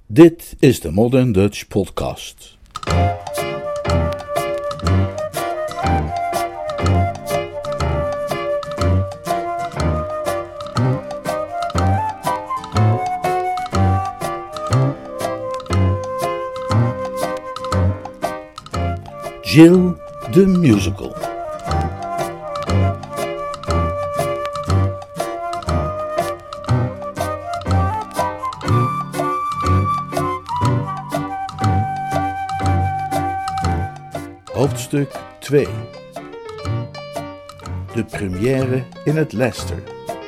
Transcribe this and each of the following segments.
Dit is de Modern Dutch Podcast. Jill the Musical. Hoofdstuk 2. De première in het Leicester.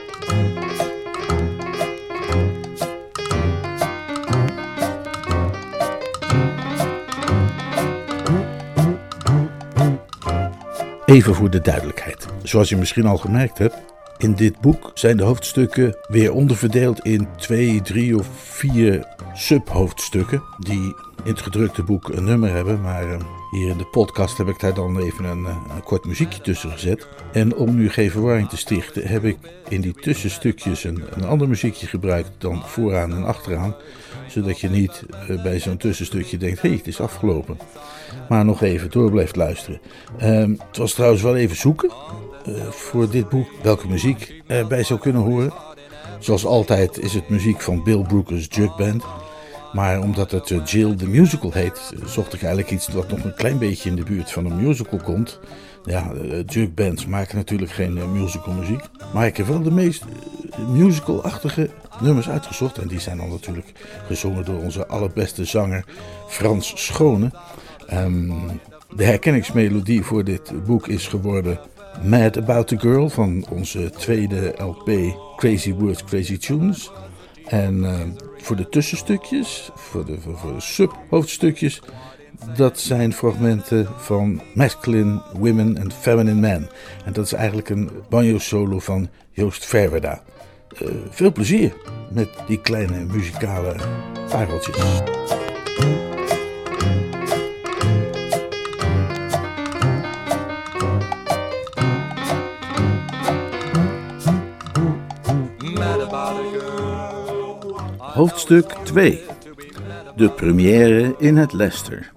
Even voor de duidelijkheid. Zoals je misschien al gemerkt hebt, in dit boek zijn de hoofdstukken weer onderverdeeld in 2, 3 of 4 subhoofdstukken die in het gedrukte boek een nummer hebben, maar hier in de podcast heb ik daar dan even een kort muziekje tussen gezet. En om nu geen verwarring te stichten, heb ik in die tussenstukjes een ander muziekje gebruikt dan vooraan en achteraan, zodat je niet bij zo'n tussenstukje denkt, het is afgelopen. Maar nog even door blijft luisteren. Het was trouwens wel even zoeken voor dit boek welke muziek erbij zou kunnen horen. Zoals altijd is het muziek van Bill Brooker's Jug Band. Maar omdat het Jill the Musical heet, zocht ik eigenlijk iets wat nog een klein beetje in de buurt van een musical komt. Ja, jug bands maken natuurlijk geen musical muziek. Maar ik heb wel de meest musical-achtige nummers uitgezocht. En die zijn dan natuurlijk gezongen door onze allerbeste zanger Frans Schone. De herkenningsmelodie voor dit boek is geworden Mad About the Girl van onze tweede LP Crazy Words, Crazy Tunes. En voor de tussenstukjes, voor de subhoofdstukjes, dat zijn fragmenten van Masculine Women and Feminine Men. En dat is eigenlijk een banjo-solo van Joost Verwerda. Veel plezier met die kleine muzikale pareltjes. Hoofdstuk 2. De première in het Leicester.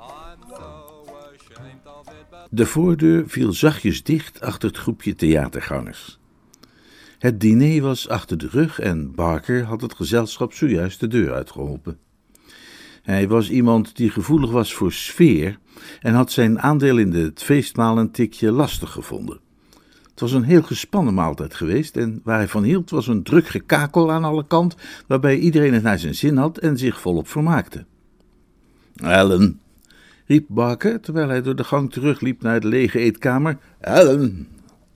De voordeur viel zachtjes dicht achter het groepje theatergangers. Het diner was achter de rug en Barker had het gezelschap zojuist de deur uitgeholpen. Hij was iemand die gevoelig was voor sfeer en had zijn aandeel in het feestmaal een tikje lastig gevonden. Het was een heel gespannen maaltijd geweest en waar hij van hield was een druk gekakel aan alle kanten, waarbij iedereen het naar zijn zin had en zich volop vermaakte. Ellen, riep Barker terwijl hij door de gang terugliep naar de lege eetkamer. Ellen!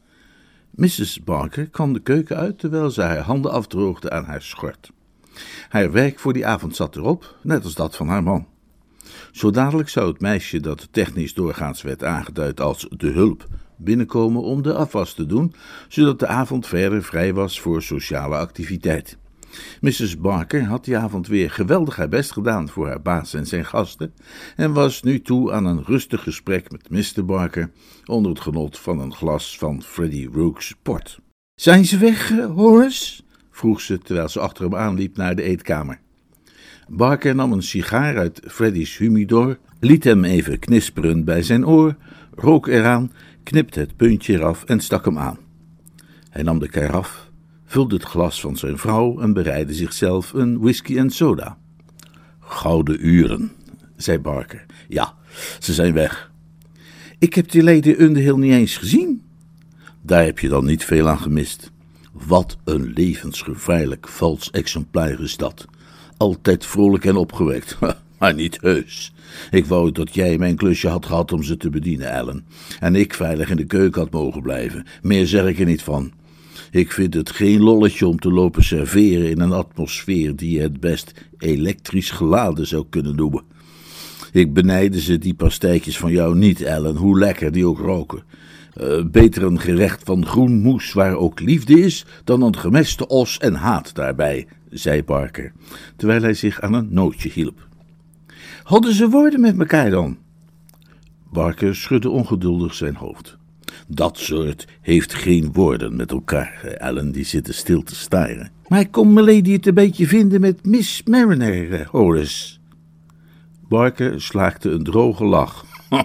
Mrs. Barker kwam de keuken uit terwijl ze haar handen afdroogde aan haar schort. Haar werk voor die avond zat erop, net als dat van haar man. Zo dadelijk zou het meisje dat technisch doorgaans werd aangeduid als de hulp binnenkomen om de afwas te doen, zodat de avond verder vrij was voor sociale activiteit. Mrs. Barker had die avond weer geweldig haar best gedaan voor haar baas en zijn gasten en was nu toe aan een rustig gesprek met Mr. Barker onder het genot van een glas van Freddie Rook's port. Zijn ze weg, Horace? Vroeg ze terwijl ze achter hem aanliep naar de eetkamer. Barker nam een sigaar uit Freddie's humidor, liet hem even knisperen bij zijn oor, rook eraan, knipte het puntje eraf en stak hem aan. Hij nam de karaf, vulde het glas van zijn vrouw en bereidde zichzelf een whisky en soda. Gouden uren, zei Barker. Ja, ze zijn weg. Ik heb die Lady Underhill niet eens gezien. Daar heb je dan niet veel aan gemist. Wat een levensgevaarlijk vals exemplaar is dat. Altijd vrolijk en opgewekt, maar niet heus. Ik wou dat jij mijn klusje had gehad om ze te bedienen, Ellen. En ik veilig in de keuken had mogen blijven. Meer zeg ik er niet van. Ik vind het geen lolletje om te lopen serveren in een atmosfeer die je het best elektrisch geladen zou kunnen noemen. Ik benijde ze die pastijtjes van jou niet, Ellen, hoe lekker die ook roken. Beter een gerecht van groen moes waar ook liefde is, dan een gemeste os en haat daarbij, zei Barker, terwijl hij zich aan een nootje hielp. Hadden ze woorden met elkaar dan? Barker schudde ongeduldig zijn hoofd. Dat soort heeft geen woorden met elkaar, zei Ellen, die zitten stil te staren. Maar kon milady het een beetje vinden met Miss Mariner, Horace? Barker slaakte een droge lach.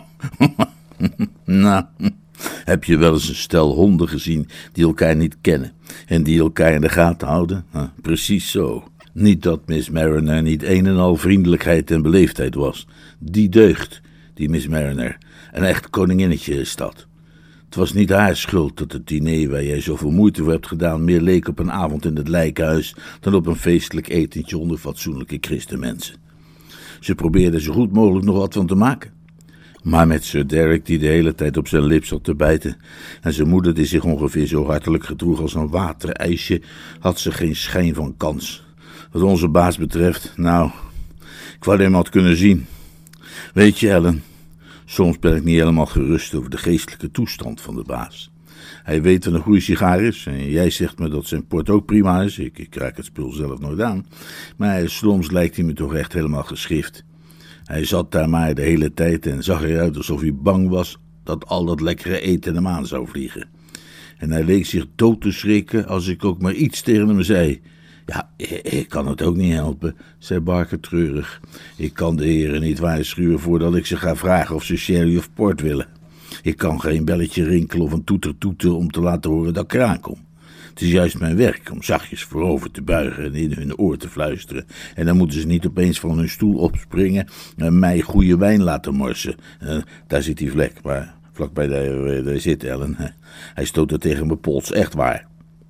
Nou, heb je wel eens een stel honden gezien die elkaar niet kennen en die elkaar in de gaten houden? Precies zo. Niet dat Miss Mariner niet een en al vriendelijkheid en beleefdheid was. Die deugt, die Miss Mariner. Een echt koninginnetje is dat. Het was niet haar schuld dat het diner waar jij zoveel moeite voor hebt gedaan meer leek op een avond in het lijkhuis dan op een feestelijk etentje onder fatsoenlijke christenmensen. Ze probeerde zo goed mogelijk nog wat van te maken. Maar met Sir Derek, die de hele tijd op zijn lip zat te bijten, en zijn moeder die zich ongeveer zo hartelijk gedroeg als een waterijsje, had ze geen schijn van kans. Wat onze baas betreft, nou, ik wou hem had kunnen zien. Weet je, Ellen, soms ben ik niet helemaal gerust over de geestelijke toestand van de baas. Hij weet wat een goede sigaar is en jij zegt me dat zijn port ook prima is. Ik krijg het spul zelf nooit aan. Maar soms lijkt hij me toch echt helemaal geschift. Hij zat daar maar de hele tijd en zag eruit alsof hij bang was dat al dat lekkere eten hem aan zou vliegen. En hij leek zich dood te schrikken als ik ook maar iets tegen hem zei. Ja, ik kan het ook niet helpen, zei Barker treurig. Ik kan de heren niet waarschuwen voordat ik ze ga vragen of ze sherry of port willen. Ik kan geen belletje rinkelen of een toeter toeten om te laten horen dat ik eraan kom. Het is juist mijn werk om zachtjes voorover te buigen en in hun oor te fluisteren. En dan moeten ze niet opeens van hun stoel opspringen en mij goede wijn laten morsen. Daar zit die vlek, waar vlakbij daar zit Ellen. Hij stoot er tegen mijn pols, echt waar.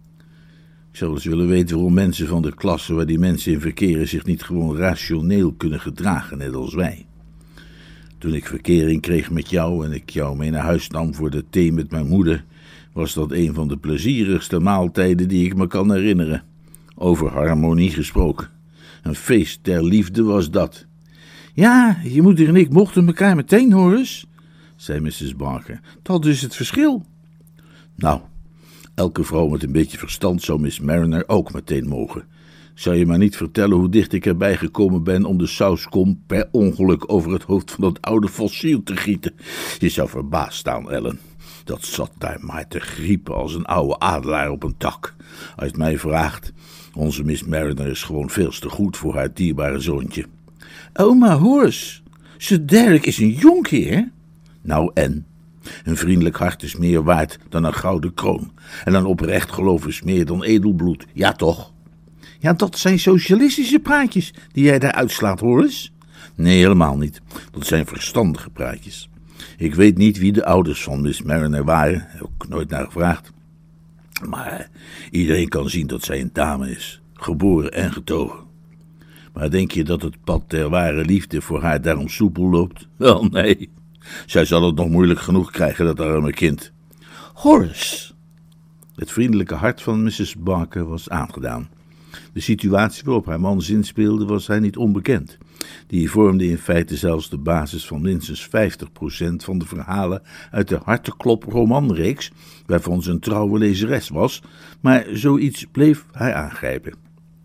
Ik zou eens willen weten waarom mensen van de klasse waar die mensen in verkeren zich niet gewoon rationeel kunnen gedragen, net als wij. Toen ik verkering kreeg met jou en ik jou mee naar huis nam voor de thee met mijn moeder, was dat een van de plezierigste maaltijden die ik me kan herinneren. Over harmonie gesproken. Een feest der liefde was dat. Ja, je moeder en ik mochten elkaar meteen, Horace, zei Mrs. Barker. Dat is het verschil. Nou, elke vrouw met een beetje verstand zou Miss Mariner ook meteen mogen. Zou je maar niet vertellen hoe dicht ik erbij gekomen ben om de sauskom per ongeluk over het hoofd van dat oude fossiel te gieten. Je zou verbaasd staan, Ellen. Dat zat daar maar te griepen als een oude adelaar op een tak. Als je het mij vraagt, onze Miss Mariner is gewoon veel te goed voor haar dierbare zoontje. Oma Horace, Sir Derek is een jonkheer. Nou en? Een vriendelijk hart is meer waard dan een gouden kroon. En een oprecht geloof is meer dan edelbloed. Ja toch? Ja, dat zijn socialistische praatjes die jij daar uitslaat, Horace. Nee, helemaal niet. Dat zijn verstandige praatjes. Ik weet niet wie de ouders van Miss Mariner waren. Heb ik nooit naar gevraagd. Maar iedereen kan zien dat zij een dame is. Geboren en getogen. Maar denk je dat het pad der ware liefde voor haar daarom soepel loopt? Wel, nee. Zij zal het nog moeilijk genoeg krijgen, dat arme kind. Horace! Het vriendelijke hart van Mrs. Barker was aangedaan. De situatie waarop haar man zinspeelde was hij niet onbekend. Die vormde in feite zelfs de basis van minstens 50% van de verhalen uit de harteklop-romanreeks, waarvan ze een trouwe lezeres was, maar zoiets bleef hij aangrijpen.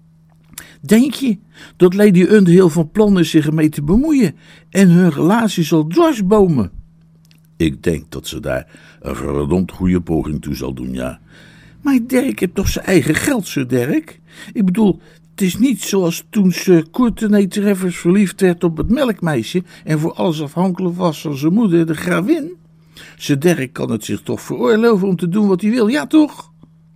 Denk je dat Lady Underhill van plan is zich ermee te bemoeien en hun relatie zal dwarsbomen? Ik denk dat ze daar een verdomd goede poging toe zal doen, ja. Maar Derek heeft toch zijn eigen geld, Sir Derek? Ik bedoel, het is niet zoals toen Sir Courtenay Travers verliefd werd op het melkmeisje en voor alles afhankelijk was van zijn moeder, de gravin. Sir Derek kan het zich toch veroorloven om te doen wat hij wil, ja toch?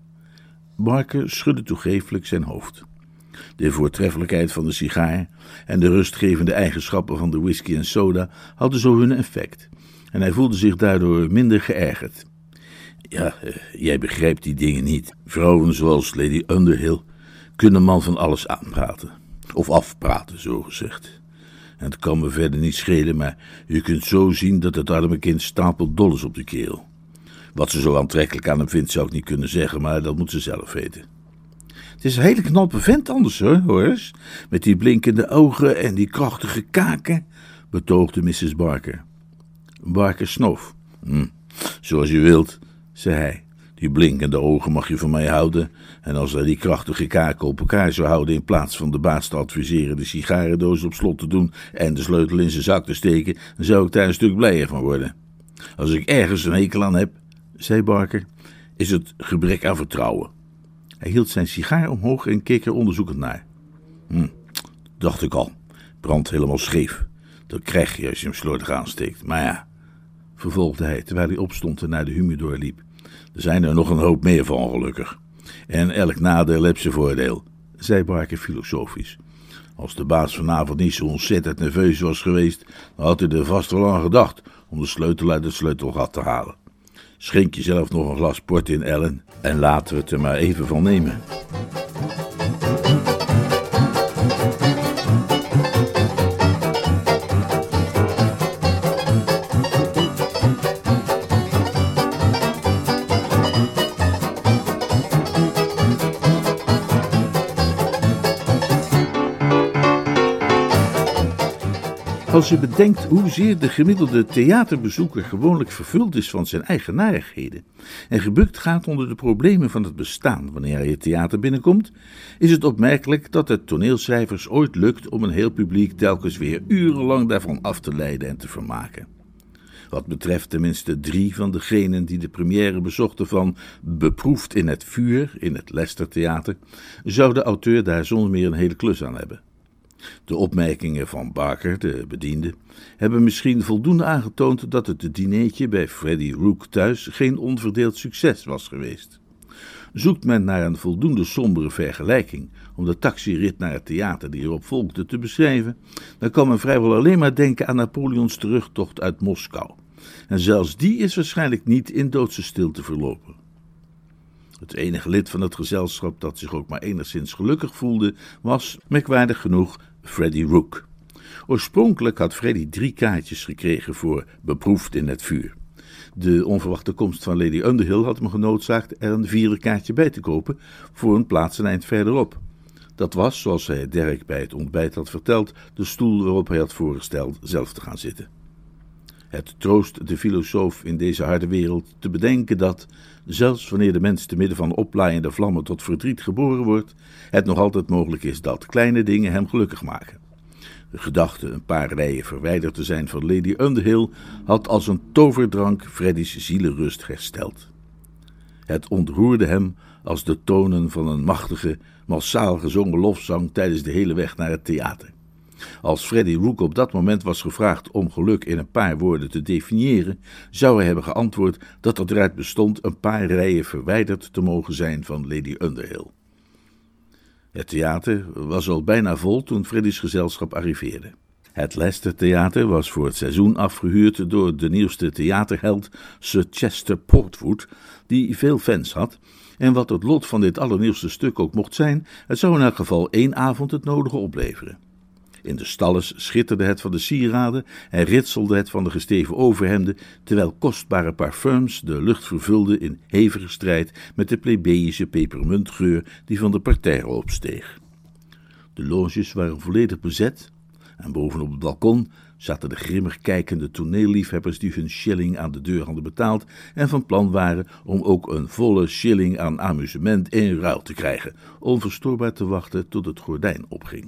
Barker schudde toegeeflijk zijn hoofd. De voortreffelijkheid van de sigaar en de rustgevende eigenschappen van de whisky en soda hadden zo hun effect. En hij voelde zich daardoor minder geërgerd. Ja, jij begrijpt die dingen niet. Vrouwen zoals Lady Underhill kunnen man van alles aanpraten. Of afpraten, zo gezegd. En het kan me verder niet schelen, maar je kunt zo zien dat het arme kind stapel dol is op de kerel. Wat ze zo aantrekkelijk aan hem vindt, zou ik niet kunnen zeggen, maar dat moet ze zelf weten. Het is een hele knappe vent anders, hoor, Horace. Met die blinkende ogen en die krachtige kaken, betoogde Mrs. Barker. Barker snoof. Zoals je wilt, zei hij. Die blinkende ogen mag je van mij houden. En als hij die krachtige kaken op elkaar zou houden in plaats van de baas te adviseren de sigarendoos op slot te doen en de sleutel in zijn zak te steken, dan zou ik daar een stuk blijer van worden. Als ik ergens een hekel aan heb, zei Barker, is het gebrek aan vertrouwen. Hij hield zijn sigaar omhoog en keek er onderzoekend naar. Dacht ik al, brandt helemaal scheef. Dat krijg je als je hem slordig aansteekt. Maar ja, vervolgde hij terwijl hij opstond en naar de humidor liep. Er zijn er nog een hoop meer van, gelukkig. En elk nadeel heeft zijn voordeel, zei Barker filosofisch. Als de baas vanavond niet zo ontzettend nerveus was geweest, dan had hij er vast wel aan gedacht om de sleutel uit het sleutelgat te halen. Schenk jezelf nog een glas port in, Ellen, en laten we het er maar even van nemen. Als je bedenkt hoezeer de gemiddelde theaterbezoeker gewoonlijk vervuld is van zijn eigen narigheden en gebukt gaat onder de problemen van het bestaan wanneer hij het theater binnenkomt, is het opmerkelijk dat het toneelschrijvers ooit lukt om een heel publiek telkens weer urenlang daarvan af te leiden en te vermaken. Wat betreft tenminste 3 van degenen die de première bezochten van Beproefd in het vuur in het Leicester Theater, zou de auteur daar zonder meer een hele klus aan hebben. De opmerkingen van Barker, de bediende, hebben misschien voldoende aangetoond dat het dinertje bij Freddie Rook thuis geen onverdeeld succes was geweest. Zoekt men naar een voldoende sombere vergelijking om de taxirit naar het theater die erop volgde te beschrijven, dan kan men vrijwel alleen maar denken aan Napoleons terugtocht uit Moskou. En zelfs die is waarschijnlijk niet in doodse stilte verlopen. Het enige lid van het gezelschap dat zich ook maar enigszins gelukkig voelde, was, merkwaardig genoeg, Freddie Rook. Oorspronkelijk had Freddie 3 kaartjes gekregen voor Beproefd in het vuur. De onverwachte komst van Lady Underhill had hem genoodzaakt er een 4e kaartje bij te kopen voor een plaats een eind verderop. Dat was, zoals hij Derek bij het ontbijt had verteld, de stoel waarop hij had voorgesteld zelf te gaan zitten. Het troost de filosoof in deze harde wereld te bedenken dat, zelfs wanneer de mens te midden van oplaaiende vlammen tot verdriet geboren wordt, het nog altijd mogelijk is dat kleine dingen hem gelukkig maken. De gedachte een paar rijen verwijderd te zijn van Lady Underhill had als een toverdrank Freddy's zielenrust hersteld. Het ontroerde hem als de tonen van een machtige, massaal gezongen lofzang tijdens de hele weg naar het theater. Als Freddie Rook op dat moment was gevraagd om geluk in een paar woorden te definiëren, zou hij hebben geantwoord dat het eruit bestond een paar rijen verwijderd te mogen zijn van Lady Underhill. Het theater was al bijna vol toen Freddy's gezelschap arriveerde. Het Leicester Theater was voor het seizoen afgehuurd door de nieuwste theaterheld Sir Chester Portwood, die veel fans had. En wat het lot van dit allernieuwste stuk ook mocht zijn, het zou in elk geval 1 avond het nodige opleveren. In de stalles schitterde het van de sieraden en ritselde het van de gesteven overhemden, terwijl kostbare parfums de lucht vervulden in hevige strijd met de plebejische pepermuntgeur die van de parterre opsteeg. De loges waren volledig bezet en bovenop het balkon zaten de grimmig kijkende toneelliefhebbers die hun shilling aan de deur hadden betaald en van plan waren om ook een volle shilling aan amusement in ruil te krijgen, onverstoorbaar te wachten tot het gordijn opging.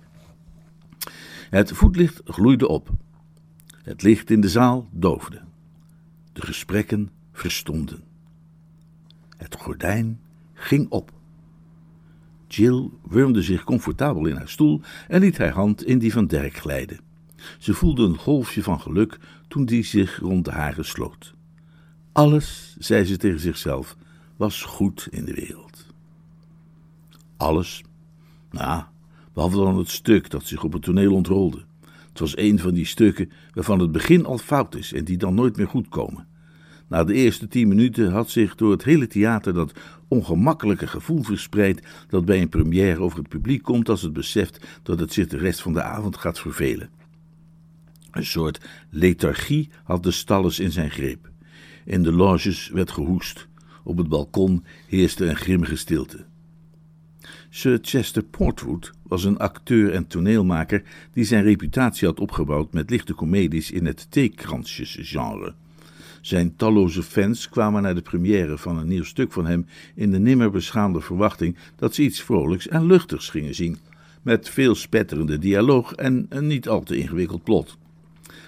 Het voetlicht gloeide op. Het licht in de zaal doofde. De gesprekken verstomden. Het gordijn ging op. Jill wurmde zich comfortabel in haar stoel en liet haar hand in die van Derek glijden. Ze voelde een golfje van geluk toen die zich rond de hare sloot. Alles, zei ze tegen zichzelf, was goed in de wereld. Alles? Nou, behalve dan het stuk dat zich op het toneel ontrolde. Het was een van die stukken waarvan het begin al fout is en die dan nooit meer goed komen. Na de eerste 10 minuten had zich door het hele theater dat ongemakkelijke gevoel verspreid dat bij een première over het publiek komt als het beseft dat het zich de rest van de avond gaat vervelen. Een soort lethargie had de stalles in zijn greep. In de loges werd gehoest. Op het balkon heerste een grimmige stilte. Sir Chester Portwood was een acteur en toneelmaker die zijn reputatie had opgebouwd met lichte comedies in het theekransjes-genre. Zijn talloze fans kwamen naar de première van een nieuw stuk van hem in de nimmer beschaamde verwachting dat ze iets vrolijks en luchtigs gingen zien, met veel spetterende dialoog en een niet al te ingewikkeld plot.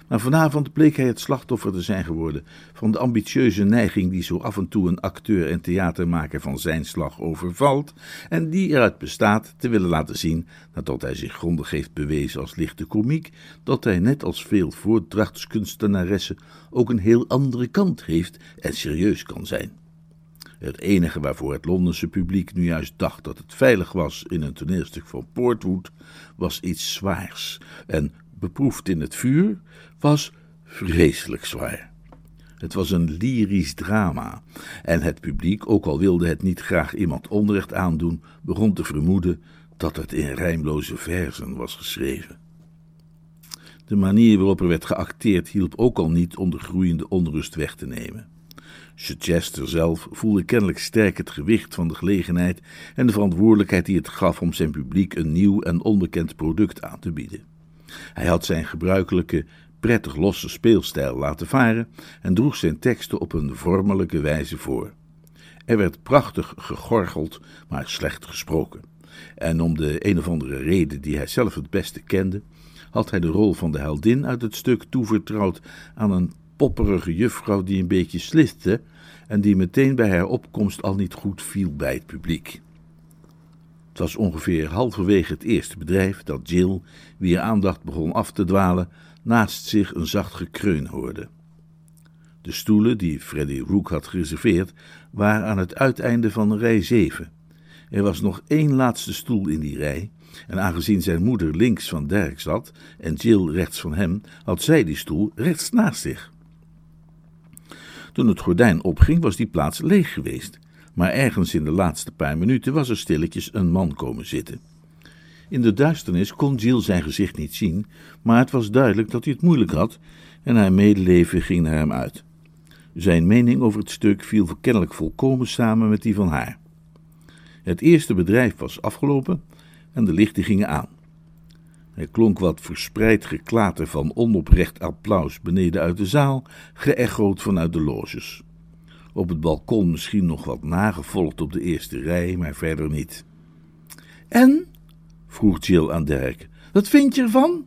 Maar vanavond bleek hij het slachtoffer te zijn geworden van de ambitieuze neiging die zo af en toe een acteur en theatermaker van zijn slag overvalt en die eruit bestaat te willen laten zien, nadat hij zich grondig heeft bewezen als lichte komiek, dat hij net als veel voordrachtskunstenaressen ook een heel andere kant heeft en serieus kan zijn. Het enige waarvoor het Londense publiek nu juist dacht dat het veilig was in een toneelstuk van Portwood, was iets zwaars en, beproefd in het vuur, was vreselijk zwaar. Het was een lyrisch drama en het publiek, ook al wilde het niet graag iemand onrecht aandoen, begon te vermoeden dat het in rijmloze verzen was geschreven. De manier waarop er werd geacteerd hielp ook al niet om de groeiende onrust weg te nemen. Chichester zelf voelde kennelijk sterk het gewicht van de gelegenheid en de verantwoordelijkheid die het gaf om zijn publiek een nieuw en onbekend product aan te bieden. Hij had zijn gebruikelijke, prettig losse speelstijl laten varen en droeg zijn teksten op een vormelijke wijze voor. Er werd prachtig gegorgeld, maar slecht gesproken. En om de een of andere reden die hij zelf het beste kende, had hij de rol van de heldin uit het stuk toevertrouwd aan een popperige juffrouw die een beetje sliste en die meteen bij haar opkomst al niet goed viel bij het publiek. Het was ongeveer halverwege het eerste bedrijf dat Jill, wier aandacht begon af te dwalen, naast zich een zacht gekreun hoorde. De stoelen die Freddie Rook had gereserveerd waren aan het uiteinde van rij 7. Er was nog één laatste stoel in die rij en aangezien zijn moeder links van Derek zat en Jill rechts van hem, had zij die stoel rechts naast zich. Toen het gordijn opging was die plaats leeg geweest, maar ergens in de laatste paar minuten was er stilletjes een man komen zitten. In de duisternis kon Jill zijn gezicht niet zien, maar het was duidelijk dat hij het moeilijk had en haar medeleven ging naar hem uit. Zijn mening over het stuk viel kennelijk volkomen samen met die van haar. Het eerste bedrijf was afgelopen en de lichten gingen aan. Er klonk wat verspreid geklater van onoprecht applaus beneden uit de zaal, geëchoed vanuit de loges. Op het balkon misschien nog wat nagevolgd op de eerste rij, maar verder niet. En? Vroeg Jill aan Derek. Wat vind je ervan?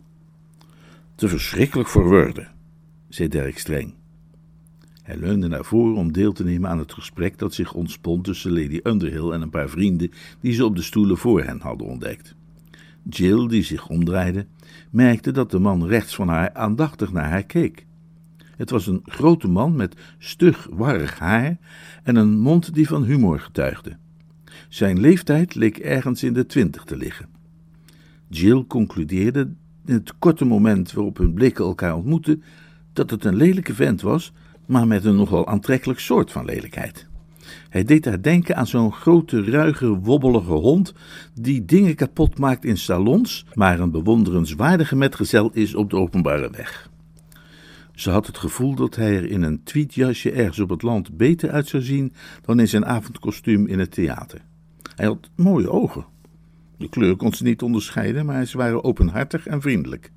Te verschrikkelijk voor woorden, zei Derek streng. Hij leunde naar voren om deel te nemen aan het gesprek dat zich ontspon tussen Lady Underhill en een paar vrienden die ze op de stoelen voor hen hadden ontdekt. Jill, die zich omdraaide, merkte dat de man rechts van haar aandachtig naar haar keek. Het was een grote man met stug, warrig haar en een mond die van humor getuigde. Zijn leeftijd leek ergens in de 20 te liggen. Jill concludeerde in het korte moment waarop hun blikken elkaar ontmoetten dat het een lelijke vent was, maar met een nogal aantrekkelijk soort van lelijkheid. Hij deed haar denken aan zo'n grote, ruige, wobbelige hond die dingen kapot maakt in salons, maar een bewonderenswaardige metgezel is op de openbare weg. Ze had het gevoel dat hij er in een tweedjasje ergens op het land beter uit zou zien dan in zijn avondkostuum in het theater. Hij had mooie ogen. De kleur kon ze niet onderscheiden, maar ze waren openhartig en vriendelijk.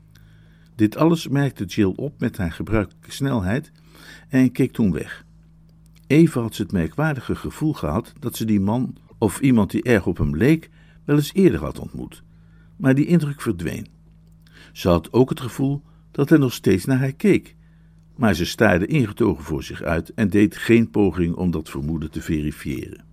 Dit alles merkte Jill op met haar gebruikelijke snelheid en keek toen weg. Even had ze het merkwaardige gevoel gehad dat ze die man, of iemand die erg op hem leek, wel eens eerder had ontmoet, maar die indruk verdween. Ze had ook het gevoel dat hij nog steeds naar haar keek, maar ze staarde ingetogen voor zich uit en deed geen poging om dat vermoeden te verifiëren.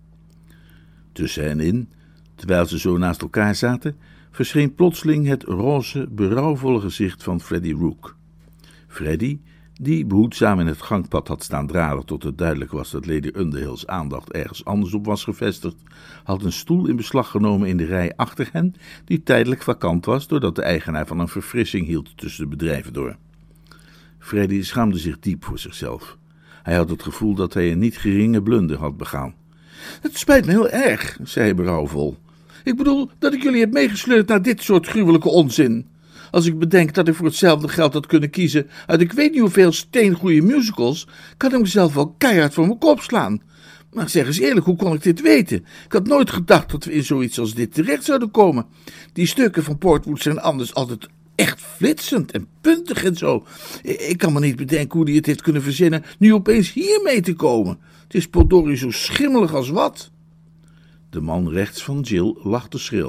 Tussen hen in, terwijl ze zo naast elkaar zaten, verscheen plotseling het roze, berouwvolle gezicht van Freddie Rook. Freddie, die behoedzaam in het gangpad had staan dralen tot het duidelijk was dat Lady Underhill's aandacht ergens anders op was gevestigd, had een stoel in beslag genomen in de rij achter hen, die tijdelijk vakant was doordat de eigenaar van een verfrissing hield tussen de bedrijven door. Freddie schaamde zich diep voor zichzelf. Hij had het gevoel dat hij een niet geringe blunder had begaan. Het spijt me heel erg, zei hij berouwvol. Ik bedoel dat ik jullie heb meegesleurd naar dit soort gruwelijke onzin. Als ik bedenk dat ik voor hetzelfde geld had kunnen kiezen uit ik weet niet hoeveel steengoeie musicals, kan ik mezelf wel keihard voor mijn kop slaan. Maar zeg eens eerlijk, hoe kon ik dit weten? Ik had nooit gedacht dat we in zoiets als dit terecht zouden komen. Die stukken van Portwood zijn anders altijd echt flitsend en puntig en zo. Ik kan me niet bedenken hoe die het heeft kunnen verzinnen nu opeens hier mee te komen. Het is potdorie zo schimmelig als wat. De man rechts van Jill lachte schril.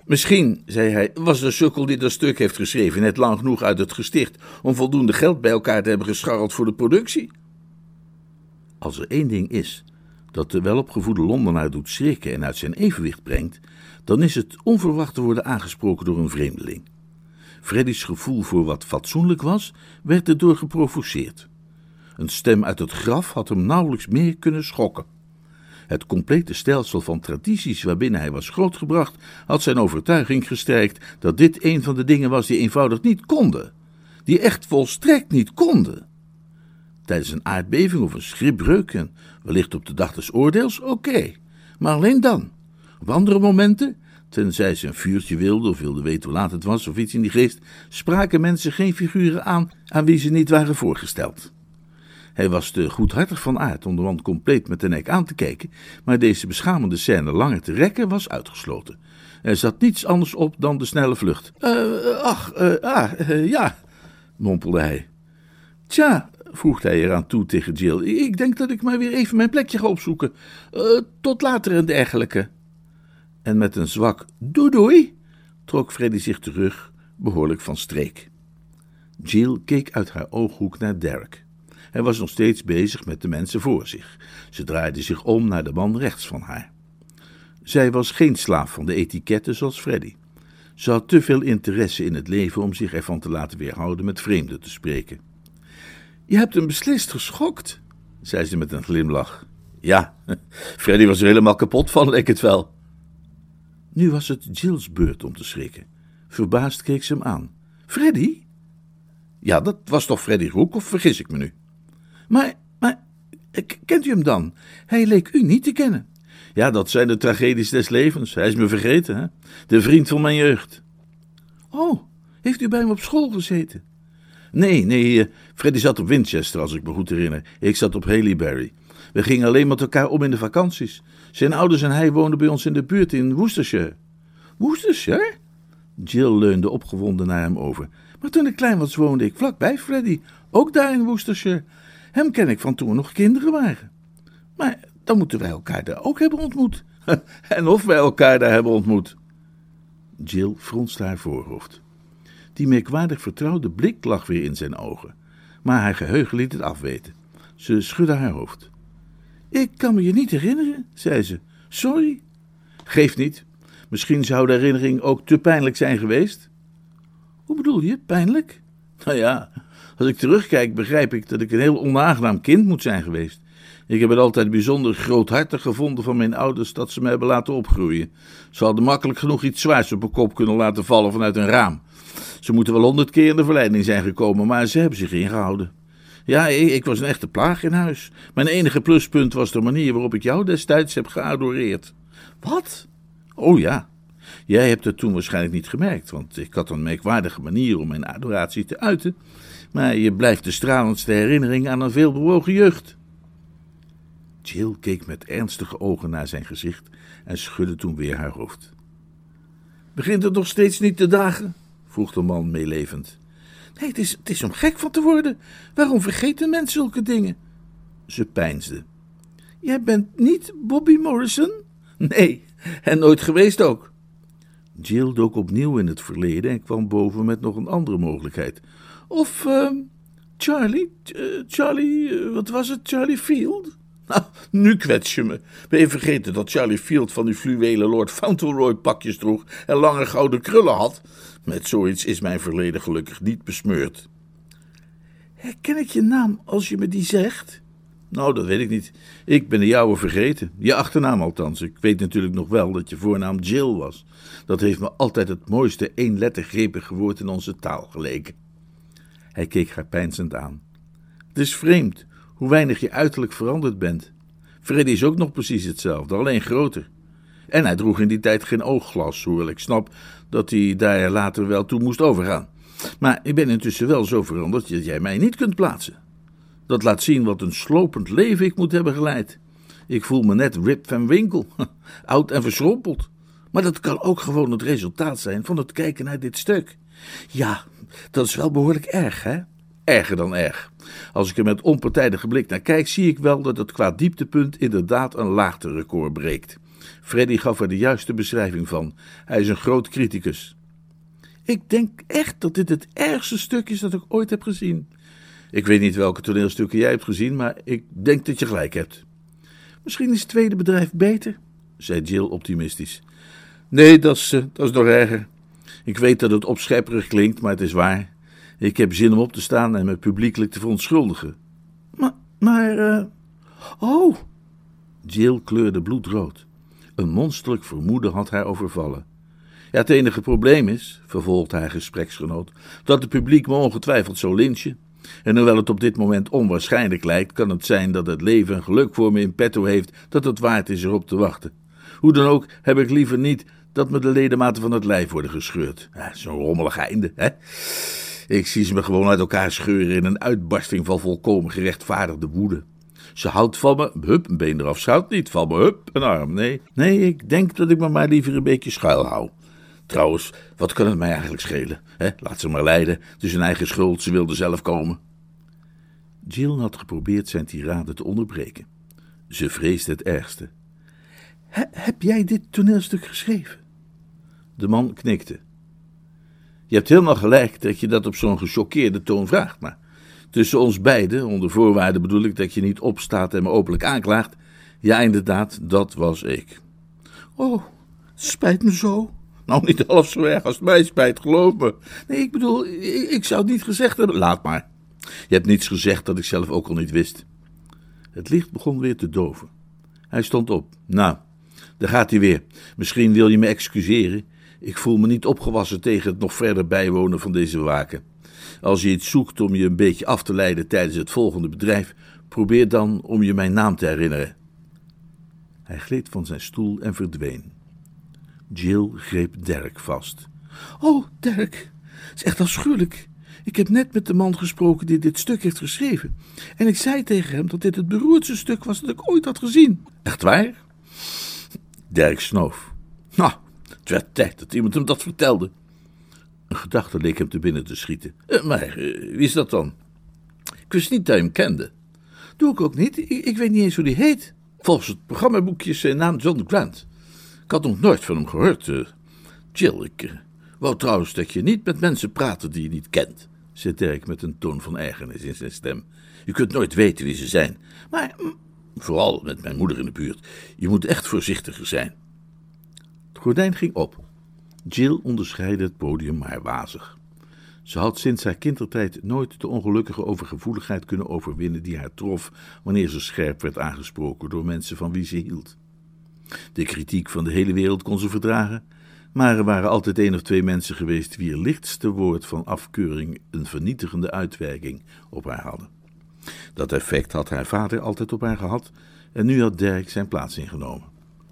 Misschien, zei hij, was de sukkel die dat stuk heeft geschreven net lang genoeg uit het gesticht om voldoende geld bij elkaar te hebben gescharreld voor de productie. Als er één ding is dat de welopgevoede Londenaar doet schrikken en uit zijn evenwicht brengt, dan is het onverwacht te worden aangesproken door een vreemdeling. Freddy's gevoel voor wat fatsoenlijk was, werd erdoor geprovoceerd. Een stem uit het graf had hem nauwelijks meer kunnen schokken. Het complete stelsel van tradities waarbinnen hij was grootgebracht, had zijn overtuiging gesterkt dat dit een van de dingen was die eenvoudig niet konden. Die echt volstrekt niet konden. Tijdens een aardbeving of een schipbreuk, en wellicht op de dag des oordeels, oké. Maar alleen dan. Op andere momenten, tenzij ze een vuurtje wilden of wilden weten hoe laat het was of iets in die geest, spraken mensen geen figuren aan wie ze niet waren voorgesteld. Hij was te goedhartig van aard om de man compleet met de nek aan te kijken, maar deze beschamende scène langer te rekken was uitgesloten. Er zat niets anders op dan de snelle vlucht. Ja, mompelde hij. Tja, voegde hij eraan toe tegen Jill, ik denk dat ik maar weer even mijn plekje ga opzoeken. Tot later en dergelijke. En met een zwak doei trok Freddy zich terug, behoorlijk van streek. Jill keek uit haar ooghoek naar Derek. Hij was nog steeds bezig met de mensen voor zich. Ze draaide zich om naar de man rechts van haar. Zij was geen slaaf van de etiketten zoals Freddy. Ze had te veel interesse in het leven om zich ervan te laten weerhouden met vreemden te spreken. Je hebt hem beslist geschokt, zei ze met een glimlach. Ja, Freddy was er helemaal kapot van, leek het wel. Nu was het Jill's beurt om te schrikken. Verbaasd keek ze hem aan. Freddy? Ja, dat was toch Freddy Roek, of vergis ik me nu? Maar, kent u hem dan? Hij leek u niet te kennen. Ja, dat zijn de tragedies des levens. Hij is me vergeten, hè? De vriend van mijn jeugd. Oh, heeft u bij hem op school gezeten? Nee, Freddy zat op Winchester, als ik me goed herinner. Ik zat op Haileybury. We gingen alleen met elkaar om in de vakanties. Zijn ouders en hij woonden bij ons in de buurt in Worcestershire. Worcestershire? Jill leunde opgewonden naar hem over. Maar toen ik klein was, woonde ik vlakbij Freddy, ook daar in Worcestershire. Hem ken ik van toen we nog kinderen waren. Maar dan moeten wij elkaar daar ook hebben ontmoet. En of wij elkaar daar hebben ontmoet. Jill fronste haar voorhoofd. Die merkwaardig vertrouwde blik lag weer in zijn ogen, maar haar geheugen liet het afweten. Ze schudde haar hoofd. Ik kan me je niet herinneren, zei ze. Sorry. Geeft niet. Misschien zou de herinnering ook te pijnlijk zijn geweest. Hoe bedoel je, pijnlijk? Nou ja, als ik terugkijk begrijp ik dat ik een heel onaangenaam kind moet zijn geweest. Ik heb het altijd bijzonder groothartig gevonden van mijn ouders dat ze me hebben laten opgroeien. Ze hadden makkelijk genoeg iets zwaars op mijn kop kunnen laten vallen vanuit een raam. Ze moeten wel 100 keer in de verleiding zijn gekomen, maar ze hebben zich ingehouden. Ja, ik was een echte plaag in huis. Mijn enige pluspunt was de manier waarop ik jou destijds heb geadoreerd. Wat? Oh ja. Jij hebt het toen waarschijnlijk niet gemerkt, want ik had een merkwaardige manier om mijn adoratie te uiten. Maar je blijft de stralendste herinnering aan een veelbewogen jeugd. Jill keek met ernstige ogen naar zijn gezicht en schudde toen weer haar hoofd. Begint het nog steeds niet te dagen? Vroeg de man meelevend. Nee, het is om gek van te worden. Waarom vergeet een mens zulke dingen? Ze peinsde. Jij bent niet Bobby Morrison? Nee, en nooit geweest ook. Jill dook opnieuw in het verleden en kwam boven met nog een andere mogelijkheid. Of Charlie, wat was het, Charlie Field? Nou, nu kwets je me. Ben je vergeten dat Charlie Field van die fluwelen Lord Fauntleroy pakjes droeg en lange gouden krullen had? Met zoiets is mijn verleden gelukkig niet besmeurd. Herken ik je naam als je me die zegt? Nou, dat weet ik niet. Ik ben de jouwe vergeten. Je achternaam althans. Ik weet natuurlijk nog wel dat je voornaam Jill was. Dat heeft me altijd het mooiste eenlettergrepige woord in onze taal geleken. Hij keek haar peinzend aan. Het is vreemd hoe weinig je uiterlijk veranderd bent. Freddy is ook nog precies hetzelfde, alleen groter. En hij droeg in die tijd geen oogglas, hoewel ik snap dat hij daar later wel toe moest overgaan. Maar ik ben intussen wel zo veranderd dat jij mij niet kunt plaatsen. Dat laat zien wat een slopend leven ik moet hebben geleid. Ik voel me net Rip van Winkle, oud en verschrompeld. Maar dat kan ook gewoon het resultaat zijn van het kijken naar dit stuk. Ja, dat is wel behoorlijk erg, hè? Erger dan erg. Als ik er met onpartijdige blik naar kijk, zie ik wel dat het qua dieptepunt inderdaad een laagterecord breekt. Freddy gaf er de juiste beschrijving van. Hij is een groot criticus. Ik denk echt dat dit het ergste stuk is dat ik ooit heb gezien. Ik weet niet welke toneelstukken jij hebt gezien, maar ik denk dat je gelijk hebt. Misschien is het tweede bedrijf beter, zei Jill optimistisch. Nee, dat is nog erger. Ik weet dat het opschepperig klinkt, maar het is waar. Ik heb zin om op te staan en me publiekelijk te verontschuldigen. Oh! Jill kleurde bloedrood. Een monsterlijk vermoeden had haar overvallen. Ja, het enige probleem is, vervolgde haar gespreksgenoot, dat het publiek me ongetwijfeld zou lynchen. En hoewel het op dit moment onwaarschijnlijk lijkt, kan het zijn dat het leven een geluk voor me in petto heeft dat het waard is erop te wachten. Hoe dan ook heb ik liever niet dat me de ledematen van het lijf worden gescheurd. Ja, zo'n rommelig einde, hè? Ik zie ze me gewoon uit elkaar scheuren in een uitbarsting van volkomen gerechtvaardigde woede. Ze houdt van me, hup, een been eraf, ze houdt niet van me, hup, een arm. Nee, ik denk dat ik me maar liever een beetje schuil hou. Trouwens, wat kan het mij eigenlijk schelen? Hè? Laat ze maar lijden, het is hun eigen schuld, ze wilde zelf komen. Jill had geprobeerd zijn tirade te onderbreken. Ze vreesde het ergste. Heb jij dit toneelstuk geschreven? De man knikte. Je hebt helemaal gelijk dat je dat op zo'n gechoqueerde toon vraagt, maar tussen ons beiden, onder voorwaarde bedoel ik dat je niet opstaat en me openlijk aanklaagt, ja inderdaad, dat was ik. Oh, het spijt me zo. Nou, niet half zo erg als het mij spijt, geloof me. Nee, ik bedoel, ik zou het niet gezegd hebben. Laat maar. Je hebt niets gezegd dat ik zelf ook al niet wist. Het licht begon weer te doven. Hij stond op. Nou, daar gaat hij weer. Misschien wil je me excuseren. Ik voel me niet opgewassen tegen het nog verder bijwonen van deze waken. Als je iets zoekt om je een beetje af te leiden tijdens het volgende bedrijf, probeer dan om je mijn naam te herinneren. Hij gleed van zijn stoel en verdween. Jill greep Derek vast. Oh, Derek, het is echt afschuwelijk. Ik heb net met de man gesproken die dit stuk heeft geschreven. En ik zei tegen hem dat dit het beroerdste stuk was dat ik ooit had gezien. Echt waar? Derek snoof. Nou, het werd tijd dat iemand hem dat vertelde. Een gedachte leek hem te binnen te schieten. Maar wie is dat dan? Ik wist niet dat je hem kende. Doe ik ook niet. Ik weet niet eens hoe die heet. Volgens het programmaboekje is zijn naam John Grant. Ik had nog nooit van hem gehoord. Jill, ik wou trouwens dat je niet met mensen praat die je niet kent, zei Dirk met een toon van ergernis in zijn stem. Je kunt nooit weten wie ze zijn. Maar, vooral met mijn moeder in de buurt, je moet echt voorzichtiger zijn. Het gordijn ging op. Jill onderscheidde het podium maar wazig. Ze had sinds haar kindertijd nooit de ongelukkige overgevoeligheid kunnen overwinnen die haar trof wanneer ze scherp werd aangesproken door mensen van wie ze hield. De kritiek van de hele wereld kon ze verdragen, maar er waren altijd 1 of 2 mensen geweest wier lichtste woord van afkeuring een vernietigende uitwerking op haar hadden. Dat effect had haar vader altijd op haar gehad en nu had Dirk zijn plaats ingenomen.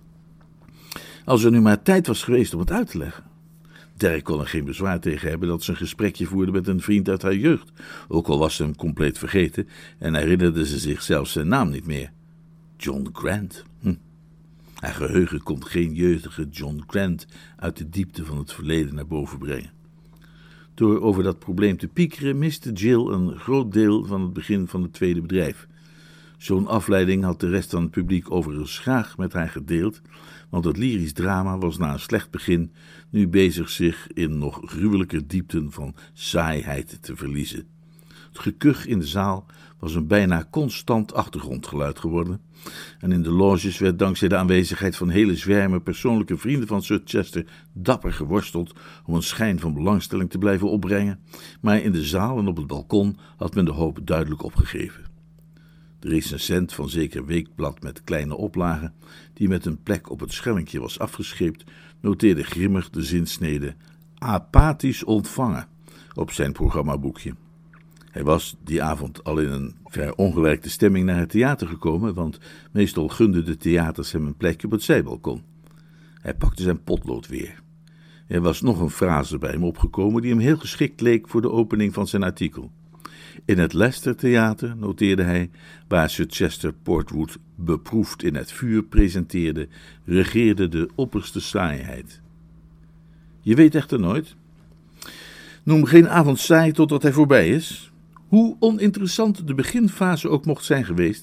Als er nu maar tijd was geweest om het uit te leggen. Dirk kon er geen bezwaar tegen hebben dat ze een gesprekje voerde met een vriend uit haar jeugd, ook al was ze hem compleet vergeten en herinnerde ze zich zelfs zijn naam niet meer. John Grant. Haar geheugen kon geen jeugdige John Grant uit de diepte van het verleden naar boven brengen. Door over dat probleem te piekeren miste Jill een groot deel van het begin van het tweede bedrijf. Zo'n afleiding had de rest van het publiek overigens graag met haar gedeeld, want het lyrisch drama was na een slecht begin nu bezig zich in nog gruwelijker diepten van saaiheid te verliezen. Het gekuch in de zaal was een bijna constant achtergrondgeluid geworden en in de loges werd dankzij de aanwezigheid van hele zwermen persoonlijke vrienden van Sir Chester dapper geworsteld om een schijn van belangstelling te blijven opbrengen, maar in de zaal en op het balkon had men de hoop duidelijk opgegeven. De recensent van zeker weekblad met kleine oplagen, die met een plek op het schellinkje was afgescheept, noteerde grimmig de zinsnede apathisch ontvangen op zijn programmaboekje. Hij was die avond al in een vrij ongewerkte stemming naar het theater gekomen, want meestal gunden de theaters hem een plekje op het zijbalkon. Hij pakte zijn potlood weer. Er was nog een frase bij hem opgekomen die hem heel geschikt leek voor de opening van zijn artikel. In het Leicester Theater, noteerde hij, waar Sir Chester Portwood beproefd in het vuur presenteerde, regeerde de opperste saaiheid. Je weet echter nooit. Noem geen avond saai totdat hij voorbij is. Hoe oninteressant de beginfase ook mocht zijn geweest,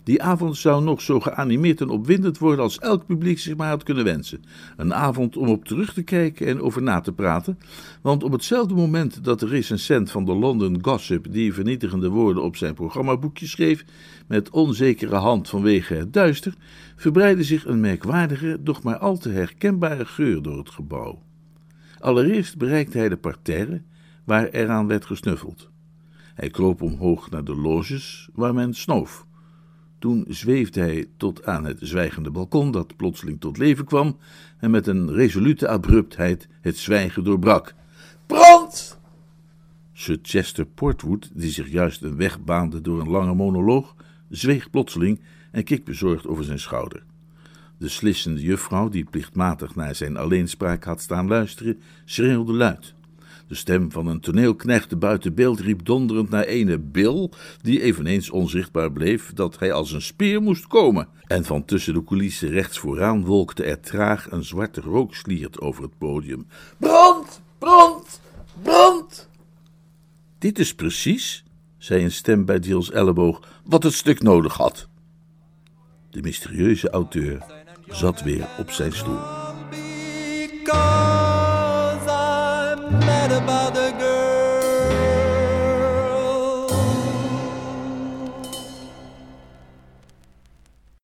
Die avond zou nog zo geanimeerd en opwindend worden als elk publiek zich maar had kunnen wensen. Een avond om op terug te kijken en over na te praten, want op hetzelfde moment dat de recensent van de London Gossip die vernietigende woorden op zijn programmaboekje schreef, met onzekere hand vanwege het duister, verbreidde zich een merkwaardige, doch maar al te herkenbare geur door het gebouw. Allereerst bereikte hij de parterre, waar eraan werd gesnuffeld. Hij kroop omhoog naar de loges, waar men snoof. Toen zweefde hij tot aan het zwijgende balkon, dat plotseling tot leven kwam en met een resolute abruptheid het zwijgen doorbrak. Brand! Sir Chester Portwood, die zich juist een weg baande door een lange monoloog, zweeg plotseling en keek bezorgd over zijn schouder. De slissende juffrouw, die plichtmatig naar zijn alleenspraak had staan luisteren, schreeuwde luid. De stem van een toneelknecht buiten beeld riep donderend naar ene Bill, die eveneens onzichtbaar bleef, dat hij als een speer moest komen. En van tussen de coulissen rechts vooraan wolkte er traag een zwarte rooksliert over het podium. Brand! Brand! Brand! Dit is precies, zei een stem bij Jill's elleboog, wat het stuk nodig had. De mysterieuze auteur zat weer op zijn stoel.